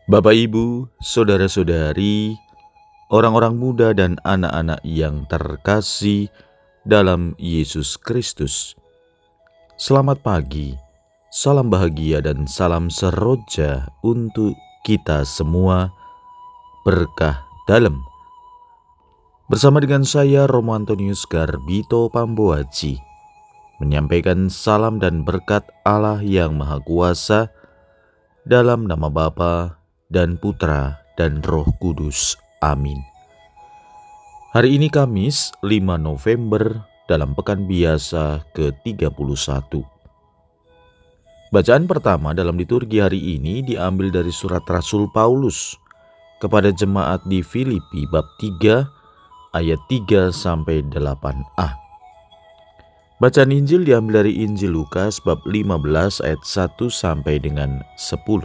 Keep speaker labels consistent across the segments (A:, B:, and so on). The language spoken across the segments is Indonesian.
A: Bapak, Ibu, saudara-saudari, orang-orang muda dan anak-anak yang terkasih dalam Yesus Kristus. Selamat pagi, salam bahagia dan salam seroja untuk kita semua, berkah dalam. Bersama dengan saya Romo Antonius Garbito Pamboaji, menyampaikan salam dan berkat Allah yang Maha Kuasa dalam nama Bapa dan Putra dan Roh Kudus. Amin. Hari ini Kamis 5 November dalam Pekan Biasa ke-31. Bacaan pertama dalam liturgi hari ini diambil dari surat Rasul Paulus kepada jemaat di Filipi bab 3 ayat 3 sampai 8a. Bacaan Injil diambil dari Injil Lukas bab 15 ayat 1 sampai dengan 10.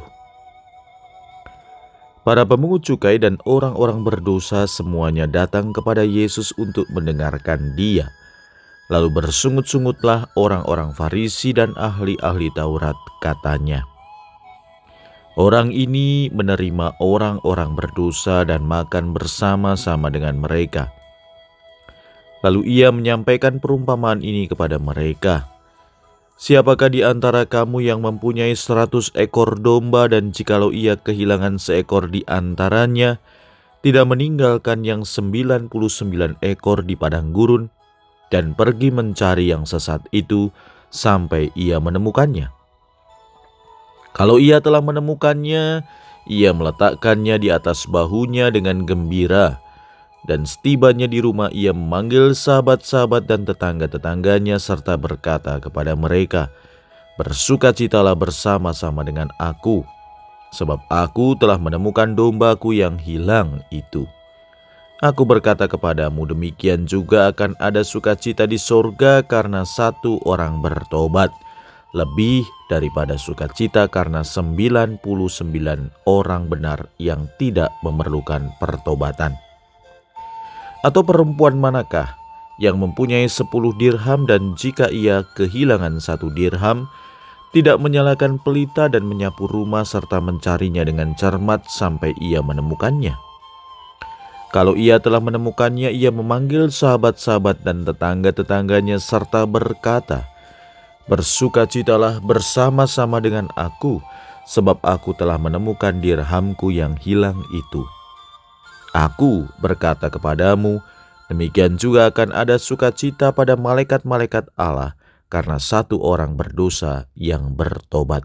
A: Para pemungut cukai dan orang-orang berdosa semuanya datang kepada Yesus untuk mendengarkan Dia. Lalu bersungut-sungutlah orang-orang Farisi dan ahli-ahli Taurat, katanya, "Orang ini menerima orang-orang berdosa dan makan bersama-sama dengan mereka." Lalu Ia menyampaikan perumpamaan ini kepada mereka. "Siapakah di antara kamu yang mempunyai 100 ekor domba dan jikalau ia kehilangan seekor di antaranya, tidak meninggalkan yang 99 ekor di padang gurun dan pergi mencari yang sesat itu sampai ia menemukannya? Kalau ia telah menemukannya, ia meletakkannya di atas bahunya dengan gembira. Dan setibanya di rumah ia memanggil sahabat-sahabat dan tetangga-tetangganya serta berkata kepada mereka, 'Bersukacitalah bersama-sama dengan aku, sebab aku telah menemukan dombaku yang hilang itu.' Aku berkata kepadamu, demikian juga akan ada sukacita di sorga karena satu orang bertobat, lebih daripada sukacita karena 99 orang benar yang tidak memerlukan pertobatan. Atau perempuan manakah yang mempunyai 10 dirham dan jika ia kehilangan 1 dirham, tidak menyalakan pelita dan menyapu rumah serta mencarinya dengan cermat sampai ia menemukannya? Kalau ia telah menemukannya, ia memanggil sahabat-sahabat dan tetangga-tetangganya serta berkata, 'Bersukacitalah bersama-sama dengan aku, sebab aku telah menemukan dirhamku yang hilang itu.' Aku berkata kepadamu, demikian juga akan ada sukacita pada malaikat-malaikat Allah karena satu orang berdosa yang bertobat."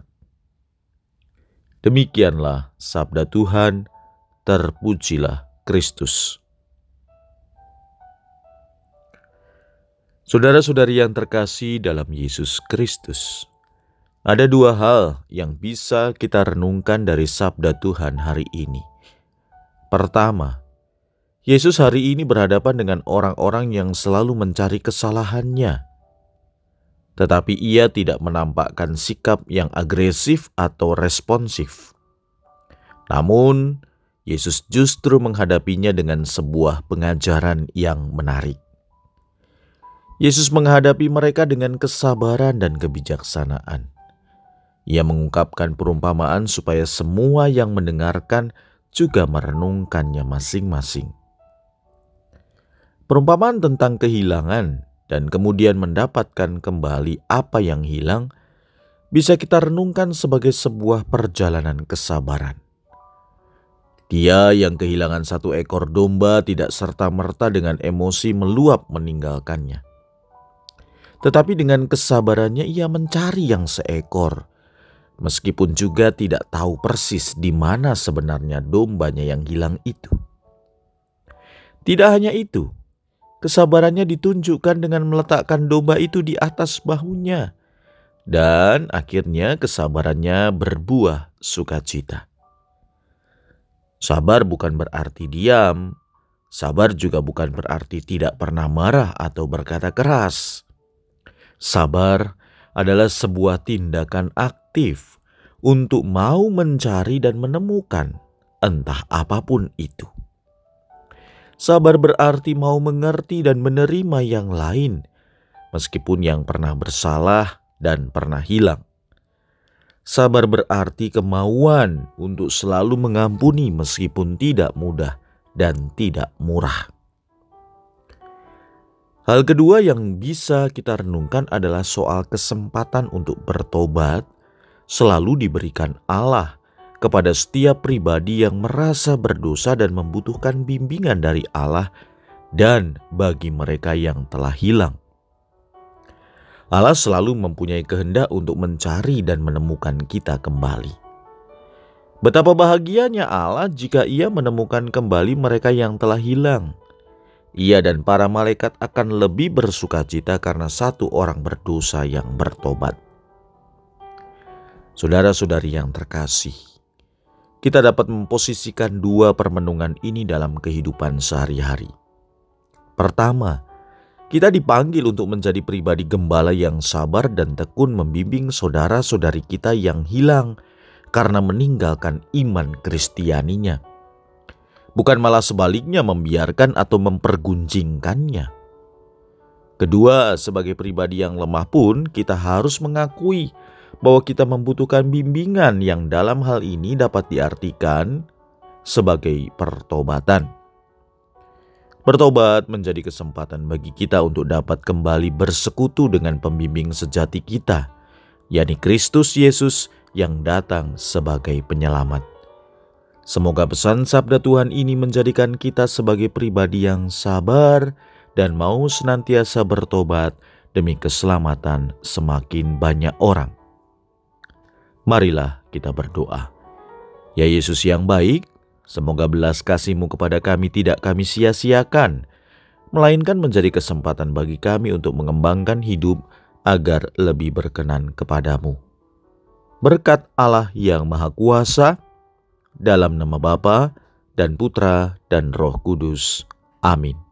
A: Demikianlah sabda Tuhan, terpujilah Kristus. Saudara-saudari yang terkasih dalam Yesus Kristus, ada 2 hal yang bisa kita renungkan dari sabda Tuhan hari ini. Pertama, Yesus hari ini berhadapan dengan orang-orang yang selalu mencari kesalahannya. Tetapi Ia tidak menampakkan sikap yang agresif atau responsif. Namun, Yesus justru menghadapinya dengan sebuah pengajaran yang menarik. Yesus menghadapi mereka dengan kesabaran dan kebijaksanaan. Ia mengungkapkan perumpamaan supaya semua yang mendengarkan juga merenungkannya masing-masing. Perumpamaan tentang kehilangan dan kemudian mendapatkan kembali apa yang hilang bisa kita renungkan sebagai sebuah perjalanan kesabaran. Dia yang kehilangan 1 ekor domba tidak serta-merta dengan emosi meluap meninggalkannya. Tetapi dengan kesabarannya ia mencari yang seekor, meskipun juga tidak tahu persis di mana sebenarnya dombanya yang hilang itu. Tidak hanya itu, kesabarannya ditunjukkan dengan meletakkan domba itu di atas bahunya. Dan akhirnya kesabarannya berbuah sukacita. Sabar bukan berarti diam. Sabar juga bukan berarti tidak pernah marah atau berkata keras. Sabar adalah sebuah tindakan aktif untuk mau mencari dan menemukan entah apapun itu. Sabar berarti mau mengerti dan menerima yang lain, meskipun yang pernah bersalah dan pernah hilang. Sabar berarti kemauan untuk selalu mengampuni meskipun tidak mudah dan tidak murah. Hal kedua yang bisa kita renungkan adalah soal kesempatan untuk bertobat selalu diberikan Allah kepada setiap pribadi yang merasa berdosa dan membutuhkan bimbingan dari Allah, dan bagi mereka yang telah hilang. Allah selalu mempunyai kehendak untuk mencari dan menemukan kita kembali. Betapa bahagianya Allah jika Ia menemukan kembali mereka yang telah hilang. Ia dan para malaikat akan lebih bersukacita karena satu orang berdosa yang bertobat. Saudara-saudari yang terkasih, kita dapat memposisikan dua permenungan ini dalam kehidupan sehari-hari. Pertama, kita dipanggil untuk menjadi pribadi gembala yang sabar dan tekun membimbing saudara-saudari kita yang hilang karena meninggalkan iman Kristianinya. Bukan malah sebaliknya membiarkan atau mempergunjingkannya. Kedua, sebagai pribadi yang lemah pun kita harus mengakui bahwa kita membutuhkan bimbingan yang dalam hal ini dapat diartikan sebagai pertobatan. Bertobat menjadi kesempatan bagi kita untuk dapat kembali bersekutu dengan pembimbing sejati kita, yakni Kristus Yesus yang datang sebagai penyelamat. Semoga pesan sabda Tuhan ini menjadikan kita sebagai pribadi yang sabar dan mau senantiasa bertobat demi keselamatan semakin banyak orang. Marilah kita berdoa. Ya Yesus yang baik, semoga belas kasih-Mu kepada kami tidak kami sia-siakan, melainkan menjadi kesempatan bagi kami untuk mengembangkan hidup agar lebih berkenan kepadamu. Berkat Allah yang Maha Kuasa, dalam nama Bapa dan Putra dan Roh Kudus. Amin.